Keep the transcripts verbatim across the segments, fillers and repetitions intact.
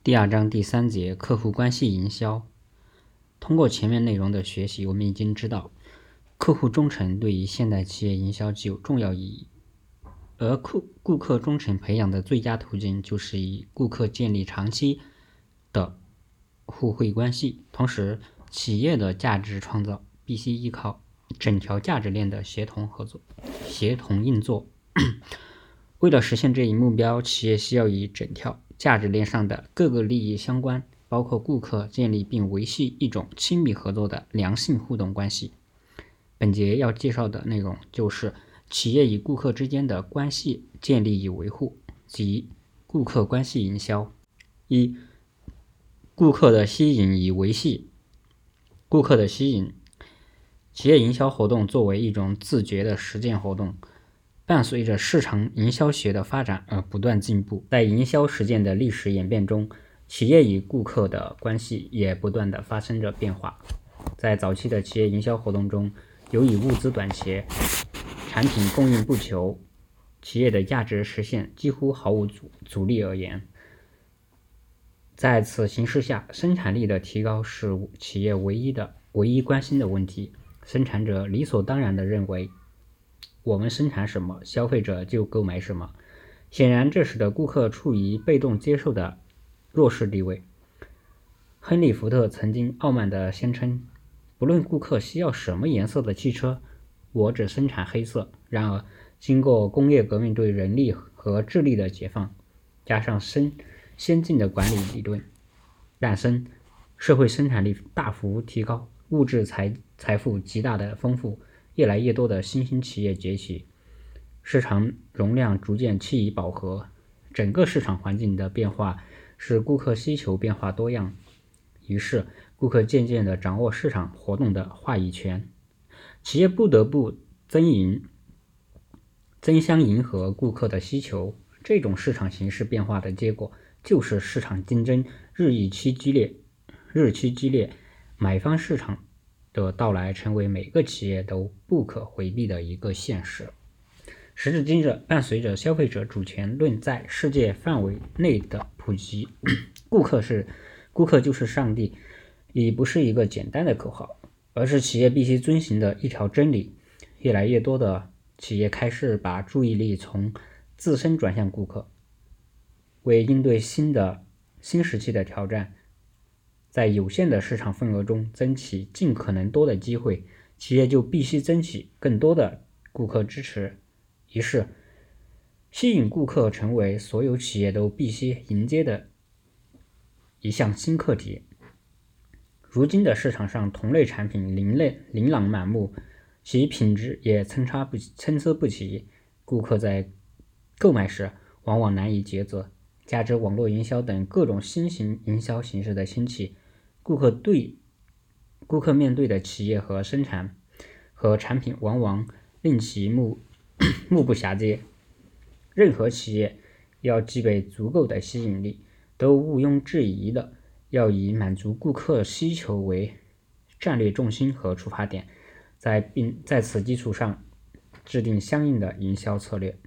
第二章第三节客户关系营销。通过前面内容的学习，我们已经知道，客户忠诚对于现代企业营销具有重要意义。而顾顾客忠诚培养的最佳途径，就是与顾客建立长期的互惠关系。同时，企业的价值创造必须依靠整条价值链的协同合作、协同运作。为了实现这一目标，企业需要与整条价值链上的各个利益相关，包括顾客，建立并维系一种亲密合作的良性互动关系。本节要介绍的内容就是企业与顾客之间的关系建立与维护，即顾客关系营销。一、顾客的吸引与维系。顾客的吸引。企业营销活动作为一种自觉的实践活动，伴随着市场营销学的发展而不断进步。在营销实践的历史演变中，企业与顾客的关系也不断的发生着变化。在早期的企业营销活动中，由于物资短缺、产品供应不求，企业的价值实现几乎毫无阻阻力而言。在此形势下，生产力的提高是企业唯一的唯一关心的问题。生产者理所当然地认为，我们生产什么，消费者就购买什么。显然，这使得顾客处于被动接受的弱势地位。亨利·福特曾经傲慢地宣称，不论顾客需要什么颜色的汽车，我只生产黑色。然而，经过工业革命对人力和智力的解放，加上先先进的管理理论诞生，社会生产力大幅提高，物质财财富极大的丰富，越来越多的新兴企业崛起，市场容量逐渐趋于饱和。整个市场环境的变化使顾客需求变化多样，于是顾客渐渐地掌握市场活动的话语权。企业不得不争赢争相迎合顾客的需求。这种市场形势变化的结果，就是市场竞争日益趋激烈日趋激烈买方市场的到来成为每个企业都不可回避的一个现实。时至今日，伴随着消费者主权论在世界范围内的普及，顾客是顾客就是上帝已不是一个简单的口号，而是企业必须遵循的一条真理。越来越多的企业开始把注意力从自身转向顾客。为应对新的新时期的挑战，在有限的市场份额中争取尽可能多的机会，企业就必须争取更多的顾客支持。于是，吸引顾客成为所有企业都必须迎接的一项新课题。如今的市场上，同类产品琳类琳琅满目，其品质也参差不参差不齐，顾客在购买时往往难以抉择。加之网络营销等各种新型营销形式的兴起，顾客对顾客面对的企业和生产和产品往往令其目目不暇接。任何企业要具备足够的吸引力，都毋庸置疑的要以满足顾客需求为战略重心和出发点，在并在此基础上制定相应的营销策略。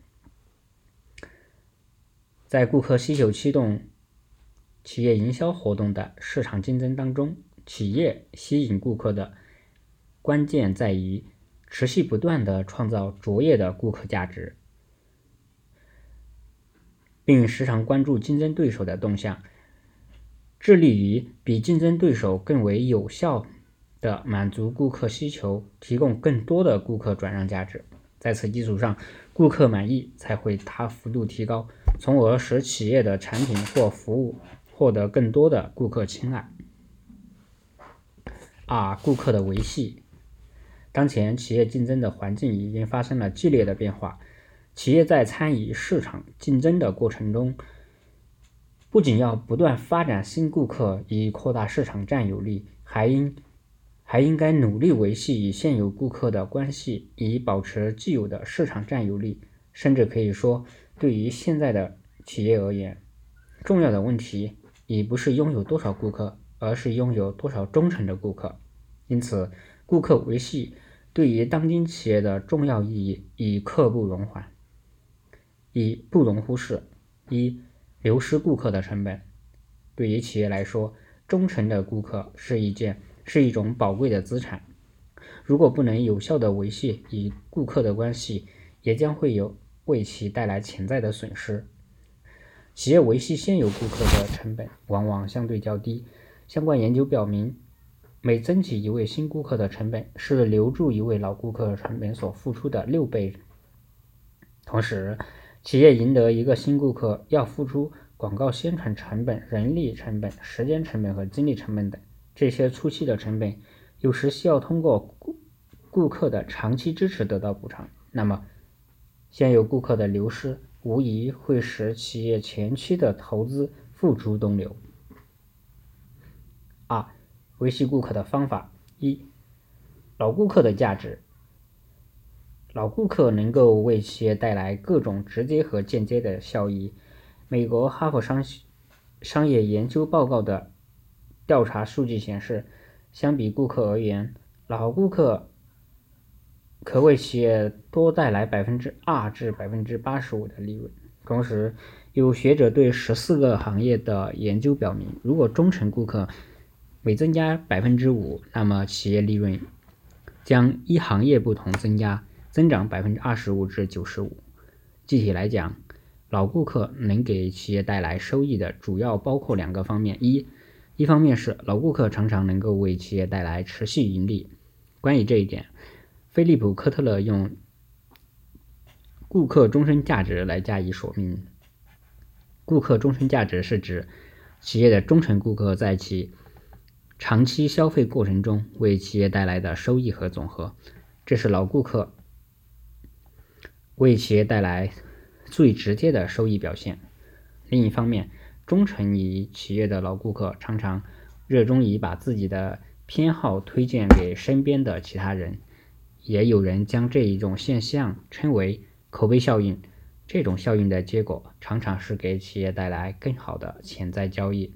在顾客需求驱动企业营销活动的市场竞争当中，企业吸引顾客的关键在于持续不断地创造卓越的顾客价值，并时常关注竞争对手的动向，致力于比竞争对手更为有效地满足顾客需求，提供更多的顾客转让价值。在此基础上，顾客满意才会大幅度提高，从而使企业的产品或服务获得更多的顾客青睐。二、顾客的维系。当前企业竞争的环境已经发生了剧烈的变化，企业在参与市场竞争的过程中，不仅要不断发展新顾客以扩大市场占有率，还应还应该努力维系与现有顾客的关系，以保持既有的市场占有率。甚至可以说，对于现在的企业而言，重要的问题已不是拥有多少顾客，而是拥有多少忠诚的顾客。因此，顾客维系对于当今企业的重要意义已刻不容缓，已不容忽视。一、流失顾客的成本。 对于企业来说，忠诚的顾客是一件是一种宝贵的资产。如果不能有效地维系与顾客的关系，也将会有为其带来潜在的损失。企业维系现有顾客的成本往往相对较低。相关研究表明，每增起一位新顾客的成本是留住一位老顾客成本所付出的六倍。同时，企业赢得一个新顾客要付出广告宣传成本、人力成本、时间成本和精力成本等。这些初期的成本有时需要通过顾客的长期支持得到补偿。那么，现有顾客的流失无疑会使企业前期的投资付诸东流。二、维系顾客的方法。一、老顾客的价值。老顾客能够为企业带来各种直接和间接的效益。美国哈佛商商业研究报告的调查数据显示，相比顾客而言，老顾客可为企业多带来百分之二至百分之八十五的利润。同时，有学者对十四个行业的研究表明，如果忠诚顾客每增加百分之五，那么企业利润将依行业不同增加，增长百分之二十五至九十五。具体来讲，老顾客能给企业带来收益的主要包括两个方面：一，一方面是老顾客常常能够为企业带来持续盈利。关于这一点，菲利普·科特勒用顾客终身价值来加以说明。顾客终身价值是指企业的忠诚顾客在其长期消费过程中为企业带来的收益和总和，这是老顾客为企业带来最直接的收益表现。另一方面，忠诚于企业的老顾客常常热衷于把自己的偏好推荐给身边的其他人，也有人将这一种现象称为口碑效应。这种效应的结果常常是给企业带来更好的潜在交易。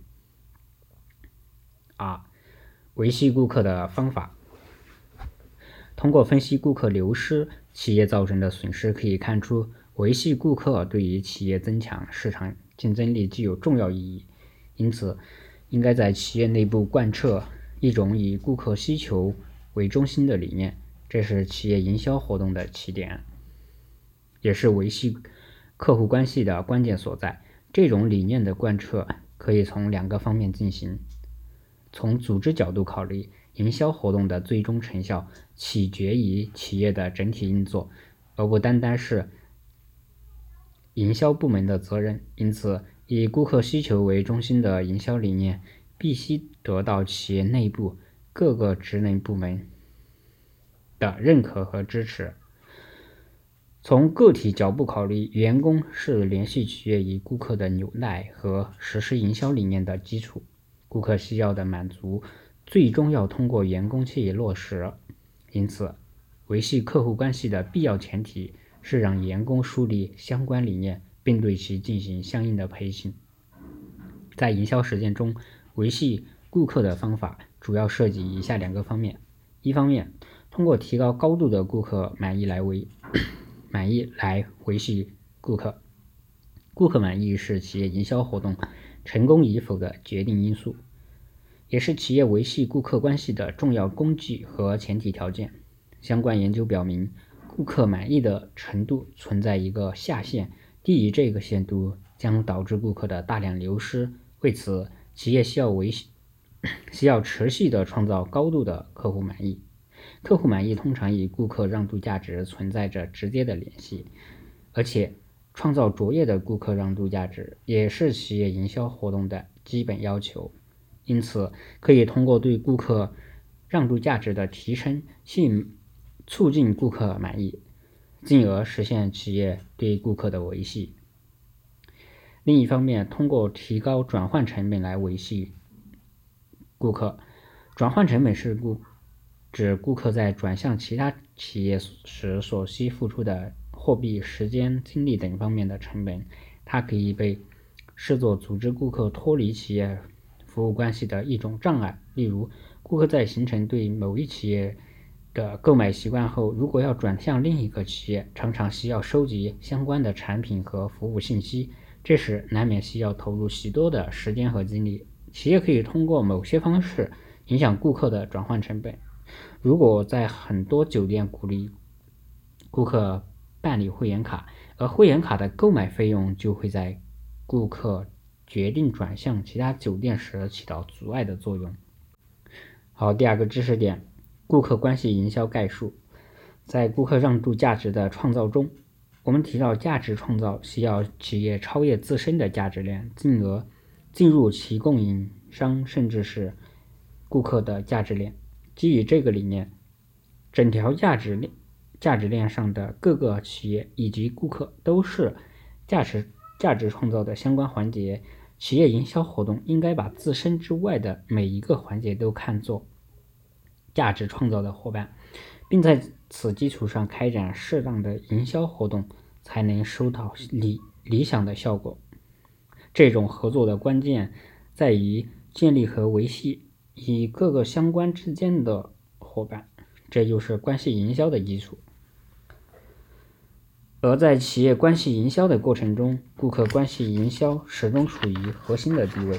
二、维系顾客的方法。通过分析顾客流失企业造成的损失，可以看出维系顾客对于企业增强市场竞争力具有重要意义。因此，应该在企业内部贯彻一种以顾客需求为中心的理念，这是企业营销活动的起点，也是维系客户关系的关键所在。这种理念的贯彻可以从两个方面进行。从组织角度考虑，营销活动的最终成效取决于企业的整体运作，而不单单是营销部门的责任。因此，以顾客需求为中心的营销理念必须得到企业内部各个职能部门的认可和支持。从个体角度考虑，员工是联系企业与顾客的纽带和实施营销理念的基础。顾客需要的满足最终要通过员工去落实。因此，维系客户关系的必要前提是让员工树立相关理念，并对其进行相应的培训。在营销实践中，维系顾客的方法主要涉及以下两个方面。一方面，通过提高高度的顾客满意来维满意来维系顾客。顾客满意是企业营销活动成功与否的决定因素，也是企业维系顾客关系的重要工具和前提条件。相关研究表明，顾客满意的程度存在一个下限，低于这个限度将导致顾客的大量流失。为此，企业需要维系需要持续的创造高度的客户满意。客户满意通常与顾客让渡价值存在着直接的联系，而且创造卓越的顾客让渡价值也是企业营销活动的基本要求。因此，可以通过对顾客让渡价值的提升去促进顾客满意，进而实现企业对顾客的维系。另一方面，通过提高转换成本来维系顾客。转换成本是顾指顾客在转向其他企业时所需付出的货币、时间、精力等方面的成本。它可以被视作组织顾客脱离企业服务关系的一种障碍。例如，顾客在形成对某一企业的购买习惯后，如果要转向另一个企业，常常需要收集相关的产品和服务信息，这时难免需要投入许多的时间和精力。 企业可以通过某些方式影响顾客的转换成本。如果在很多酒店鼓励顾客办理会员卡，而会员卡的购买费用就会在顾客决定转向其他酒店时起到阻碍的作用。好，第二个知识点，顾客关系营销概述。在顾客让渡价值的创造中，我们提到价值创造需要企业超越自身的价值链，进而进入其供应商甚至是顾客的价值链。基于这个理念，整条价值链价值链上的各个企业以及顾客都是价值价值创造的相关环节。企业营销活动应该把自身之外的每一个环节都看作价值创造的伙伴，并在此基础上开展适当的营销活动，才能收到理理想的效果。这种合作的关键在于建立和维系与各个相关之间的伙伴，这就是关系营销的基础。而在企业关系营销的过程中，顾客关系营销始终处于核心的地位。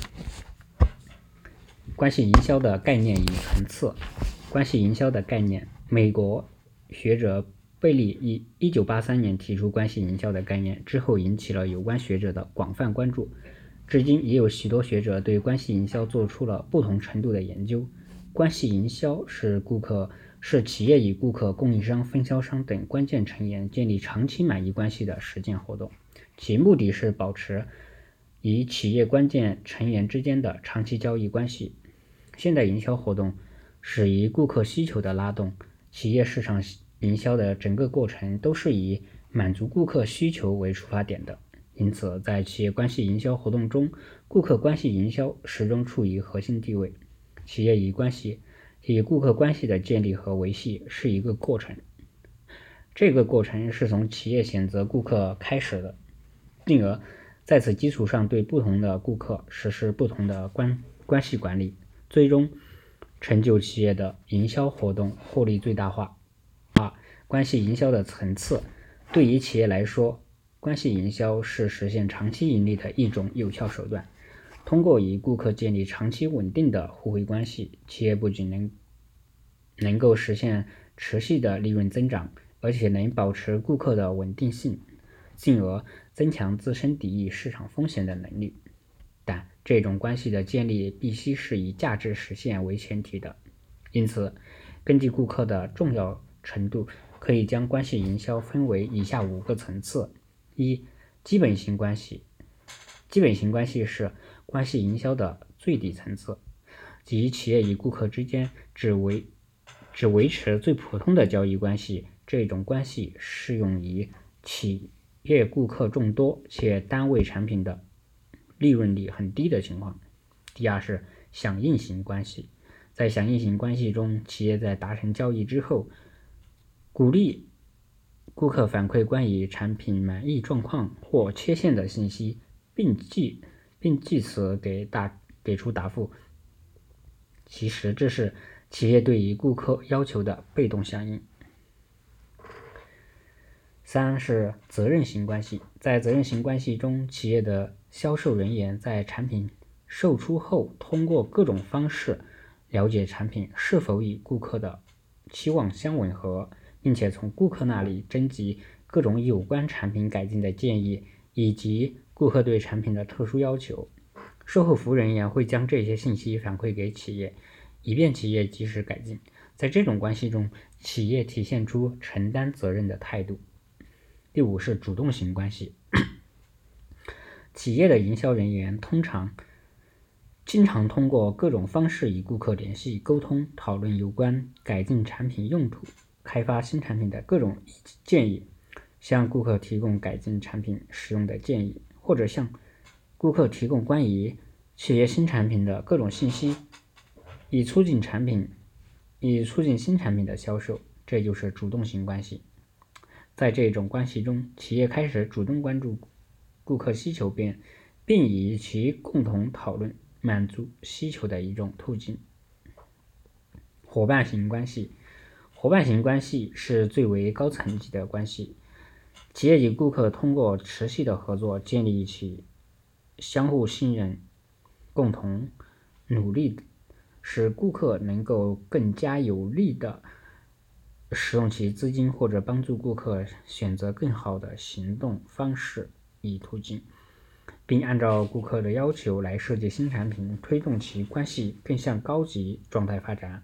关系营销的概念与层次。关系营销的概念，美国学者贝利于一九八三年提出关系营销的概念，之后引起了有关学者的广泛关注。至今也有许多学者对关系营销做出了不同程度的研究。关系营销是顾客是企业与顾客、供应商、分销商等关键成员建立长期满意关系的实践活动，其目的是保持与企业关键成员之间的长期交易关系。现代营销活动始于顾客需求的拉动，企业市场营销的整个过程都是以满足顾客需求为出发点的。因此，在企业关系营销活动中，顾客关系营销始终处于核心地位。企业与关系与顾客关系的建立和维系是一个过程，这个过程是从企业选择顾客开始的，进而在此基础上对不同的顾客实施不同的关关系管理，最终成就企业的营销活动获利最大化。二、关系营销的层次。对于企业来说，关系营销是实现长期盈利的一种有效手段。通过与顾客建立长期稳定的互惠关系，企业不仅能能够实现持续的利润增长，而且能保持顾客的稳定性，进而增强自身抵御市场风险的能力。但这种关系的建立必须是以价值实现为前提的。因此，根据顾客的重要程度，可以将关系营销分为以下五个层次。一、基本型关系。基本型关系是关系营销的最底层次，即企业与顾客之间只维只维持最普通的交易关系。这种关系适用于企业顾客众多且单位产品的利润率很低的情况。第二是响应型关系。在响应型关系中，企业在达成交易之后，鼓励顾客反馈关于产品满意状况或缺陷的信息，并即并据此给答给出答复。其实这是企业对于顾客要求的被动响应。三是责任型关系。在责任型关系中，企业的销售人员在产品售出后，通过各种方式了解产品是否与顾客的期望相吻合，并且从顾客那里征集各种有关产品改进的建议，以及顾客对产品的特殊要求。售后服务人员会将这些信息反馈给企业，以便企业及时改进。在这种关系中，企业体现出承担责任的态度。第五是主动型关系。企业的营销人员通常经常通过各种方式与顾客联系、沟通、讨论有关改进产品用途、开发新产品的各种建议，向顾客提供改进产品使用的建议，或者向顾客提供关于企业新产品的各种信息，以促进产品以促进新产品的销售。这就是主动型关系。在这种关系中，企业开始主动关注顾客需求，并并以其共同讨论满足需求的一种途径。伙伴型关系。伙伴型关系是最为高层级的关系，企业与顾客通过持续的合作建立起相互信任、 共同努力，使顾客能够更加有力的使用其资金，或者帮助顾客选择更好的行动方式与途径，并按照顾客的要求来设计新产品，推动其关系更向高级状态发展。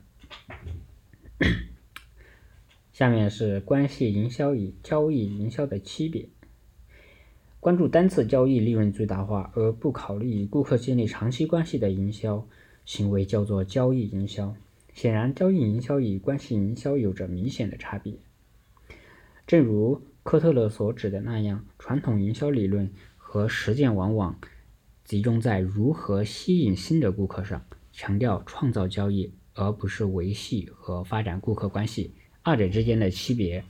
下面是关系营销与交易营销的区别。关注单次交易利润最大化，而不考虑与顾客建立长期关系的营销行为叫做交易营销。显然，交易营销与关系营销有着明显的差别。正如科特勒所指的那样，传统营销理论和实践往往集中在如何吸引新的顾客上，强调创造交易，而不是维系和发展顾客关系。二者之间的区别，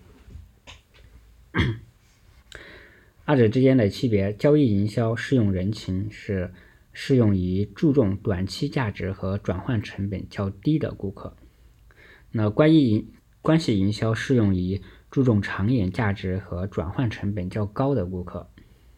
二者之间的区别，交易营销适用人群，是适用于注重短期价值和转换成本较低的顾客。那关系关系营销适用于注重长远价值和转换成本较高的顾客。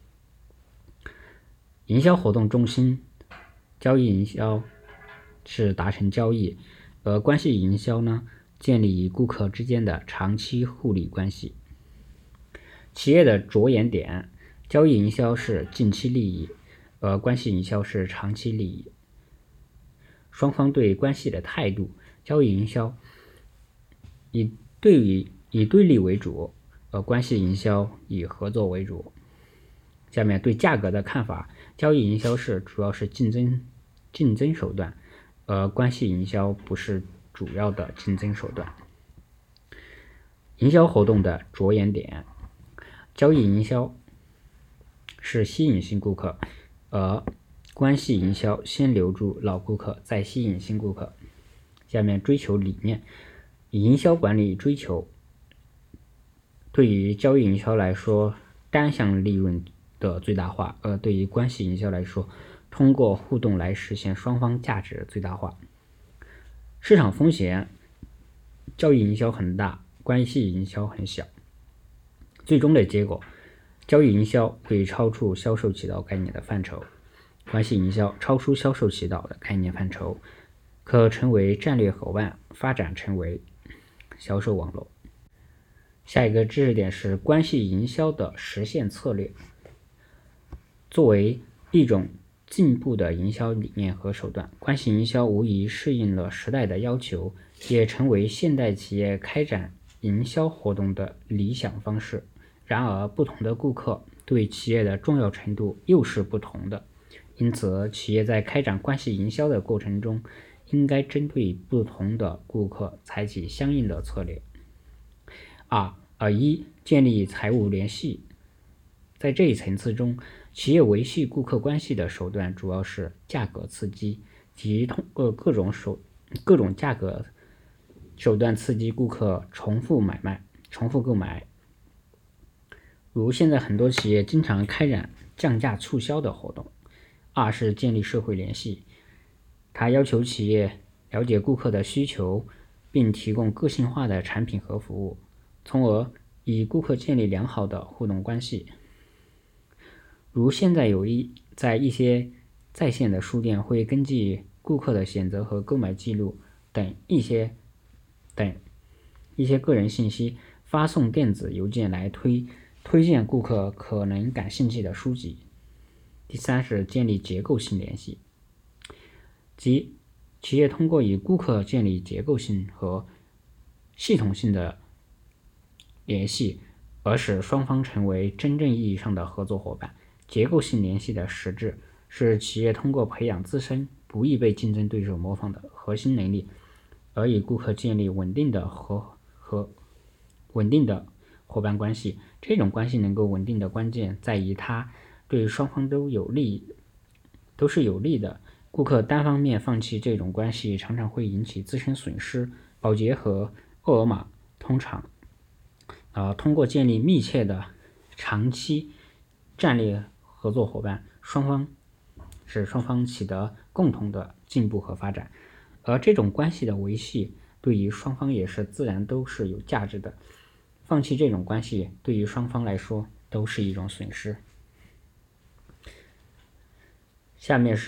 营销活动重心，交易营销是达成交易，而关系营销呢，建立与顾客之间的长期互利关系。企业的着眼点，交易营销是近期利益，而关系营销是长期利益。双方对关系的态度，交易营销以对以以对立为主，而关系营销以合作为主。下面对价格的看法，交易营销是主要是竞争竞争手段，而关系营销不是主要的竞争手段。营销活动的着眼点，交易营销是吸引新顾客，而关系营销先留住老顾客，再吸引新顾客。下面追求理念，营销管理追求，对于交易营销来说，单项利润的最大化，而对于关系营销来说，通过互动来实现双方价值最大化。市场风险，交易营销很大，关系营销很小。最终的结果，交易营销可以超出销售渠道概念的范畴，关系营销超出销售渠道的概念范畴，可成为战略伙伴，发展成为销售网络。下一个知识点是关系营销的实现策略。作为一种进步的营销理念和手段，关系营销无疑适应了时代的要求，也成为现代企业开展营销活动的理想方式。然而，不同的顾客对企业的重要程度又是不同的，因此，企业在开展关系营销的过程中，应该针对不同的顾客采取相应的策略。二、呃一、建立财务联系。在这一层次中，企业维系顾客关系的手段主要是价格刺激，即通过各种手各种价格手段刺激顾客重复买卖、重复购买。如现在很多企业经常开展降价促销的活动。二是建立社会联系，它要求企业了解顾客的需求，并提供个性化的产品和服务，从而与顾客建立良好的互动关系。如现在有一在一些在线的书店会根据顾客的选择和购买记录等一些等一些个人信息，发送电子邮件来推推荐顾客可能感兴趣的书籍。第三是建立结构性联系，即企业通过与顾客建立结构性和系统性的联系，而使双方成为真正意义上的合作伙伴。结构性联系的实质是企业通过培养自身不易被竞争对手模仿的核心能力，而与顾客建立稳定的和和稳定的伙伴关系。这种关系能够稳定的关键在于它对双方都有利，都是有利的。顾客单方面放弃这种关系，常常会引起自身损失。宝洁和沃尔玛通常，呃，通过建立密切的长期战略合作伙伴，双方使双方取得共同的进步和发展。而这种关系的维系，对于双方也是自然都是有价值的。放弃这种关系，对于双方来说都是一种损失。下面是顾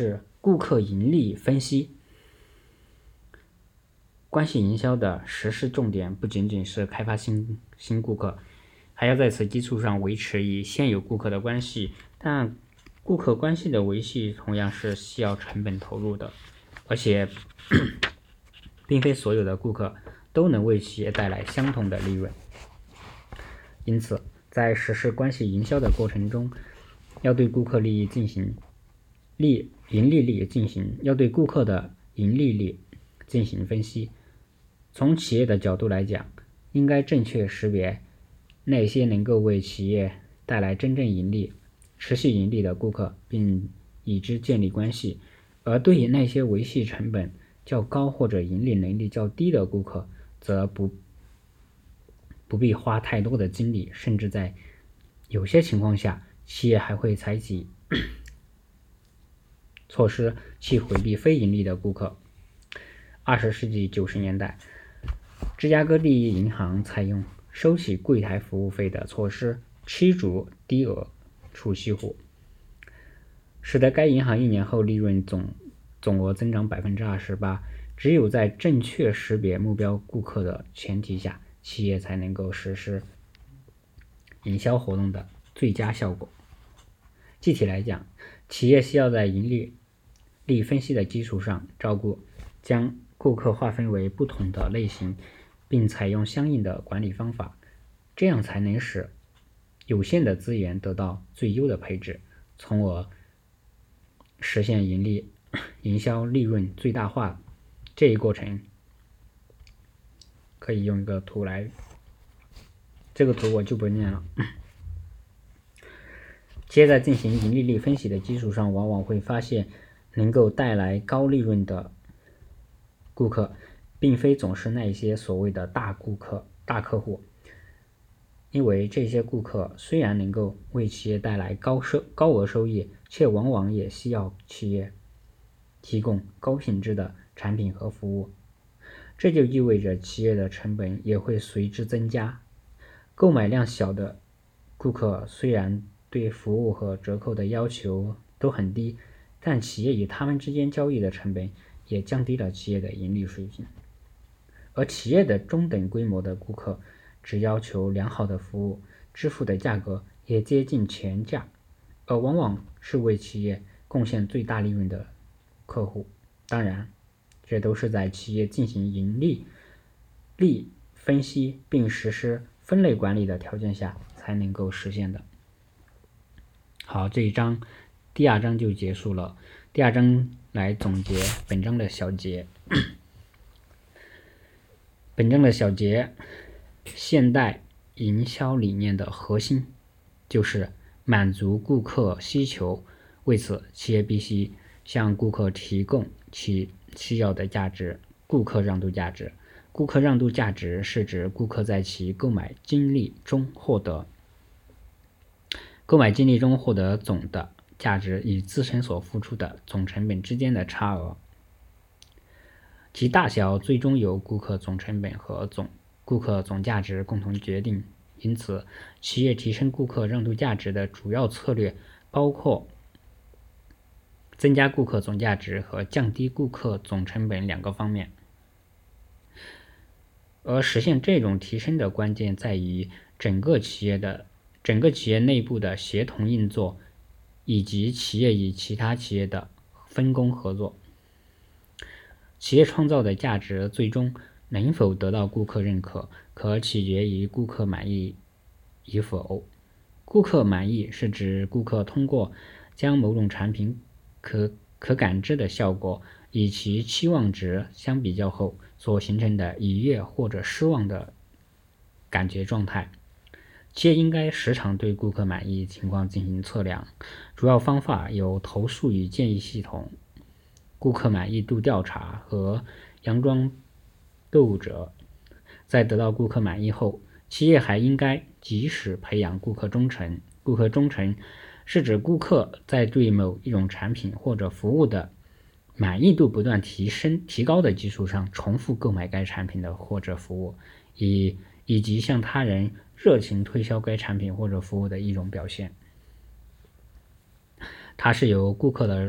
顾客盈利分析。关系营销的实施重点不仅仅是开发新新顾客，还要在此基础上维持与现有顾客的关系。但顾客关系的维系同样是需要成本投入的，而且并非所有的顾客都能为企业带来相同的利润。因此，在实施关系营销的过程中，要对顾客利益进行利盈利率进行要对顾客的盈利率进行分析。从企业的角度来讲，应该正确识别那些能够为企业带来真正盈利、持续盈利的顾客，并与之建立关系；而对于那些维系成本较高或者盈利能力较低的顾客，则不不必花太多的精力，甚至在有些情况下，企业还会采取措施去回避非盈利的顾客。二十世纪九十年代，芝加哥第一银行采用收取柜台服务费的措施，驱逐低额储蓄户，使得该银行一年后利润总总额增长 百分之二十八。 只有在正确识别目标顾客的前提下，企业才能够实施营销活动的最佳效果。具体来讲，企业需要在盈利率分析的基础上，照顾将顾客划分为不同的类型，并采用相应的管理方法，这样才能使有限的资源得到最优的配置，从而实现盈利营销利润最大化。这一过程可以用一个图来，这个图我就不念了。企业在进行盈利率分析的基础上，往往会发现能够带来高利润的顾客并非总是那些所谓的大顾客、大客户，因为这些顾客虽然能够为企业带来高收高额收益，却往往也需要企业提供高品质的产品和服务，这就意味着企业的成本也会随之增加。购买量小的顾客虽然对服务和折扣的要求都很低，但企业与他们之间交易的成本也降低了企业的盈利水平。而企业的中等规模的顾客只要求良好的服务，支付的价格也接近全价，而往往是为企业贡献最大利润的客户。当然，这都是在企业进行盈利率分析并实施分类管理的条件下才能够实现的。好，这一章第二章就结束了。第二章来总结本章的小结。本章的小结，现代营销理念的核心就是满足顾客需求，为此企业必须向顾客提供其需要的价值，顾客让渡价值。顾客让渡价值是指顾客在其购买经历中获得购买经历中获得总的价值与自身所付出的总成本之间的差额，其大小最终由顾客总成本和总顾客总价值共同决定。因此，企业提升顾客让渡价值的主要策略包括增加顾客总价值和降低顾客总成本两个方面。而实现这种提升的关键在于整个企业的整个企业内部的协同运作，以及企业与其他企业的分工合作。企业创造的价值最终能否得到顾客认可，可取决于顾客满意与否。顾客满意是指顾客通过将某种产品可可感知的效果与其期望值相比较后所形成的愉悦或者失望的感觉状态。企业应该时常对顾客满意情况进行测量，主要方法有投诉与建议系统、顾客满意度调查和佯装购物者。在得到顾客满意后，企业还应该及时培养顾客忠诚。顾客忠诚是指顾客在对某一种产品或者服务的满意度不断提升提高的基础上，重复购买该产品的或者服务，以以及向他人热情推销该产品或者服务的一种表现。它是由顾客的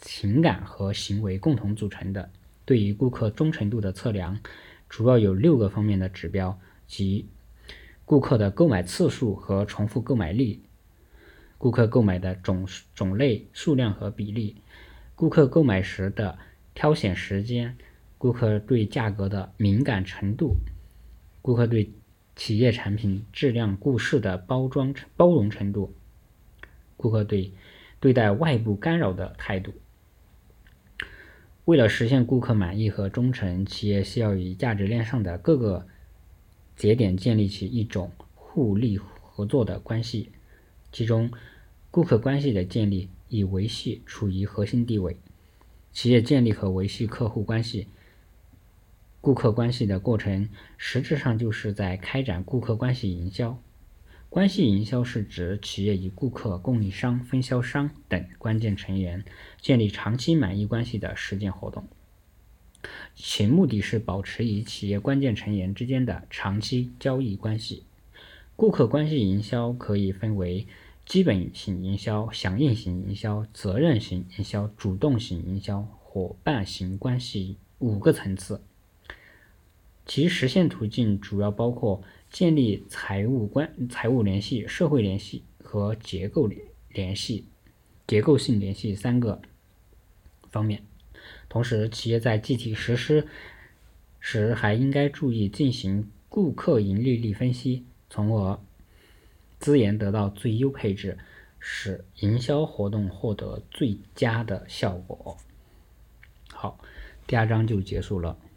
情感和行为共同组成的。对于顾客忠诚度的测量，主要有六个方面的指标，即顾客的购买次数和重复购买率，顾客购买的种种类、数量和比例，顾客购买时的挑选时间，顾客对价格的敏感程度，顾客对企业产品质量故事的包装包容程度，顾客对对待外部干扰的态度。为了实现顾客满意和忠诚，企业需要与价值链上的各个节点建立起一种互利合作的关系，其中顾客关系的建立以维系处于核心地位。企业建立和维系客户关系、顾客关系的过程，实质上就是在开展顾客关系营销。关系营销是指企业与顾客、供应商、分销商等关键成员建立长期满意关系的实践活动，其目的是保持与企业关键成员之间的长期交易关系。顾客关系营销可以分为基本型营销、响应型营销、责任型营销、主动型营销、伙伴型关系五个层次。其实现途径主要包括建立财务关、财务联系、社会联系和结构联系、结构性联系三个方面。同时，企业在具体实施时还应该注意进行顾客盈利率分析，从而资源得到最优配置，使营销活动获得最佳的效果。好，第二章就结束了。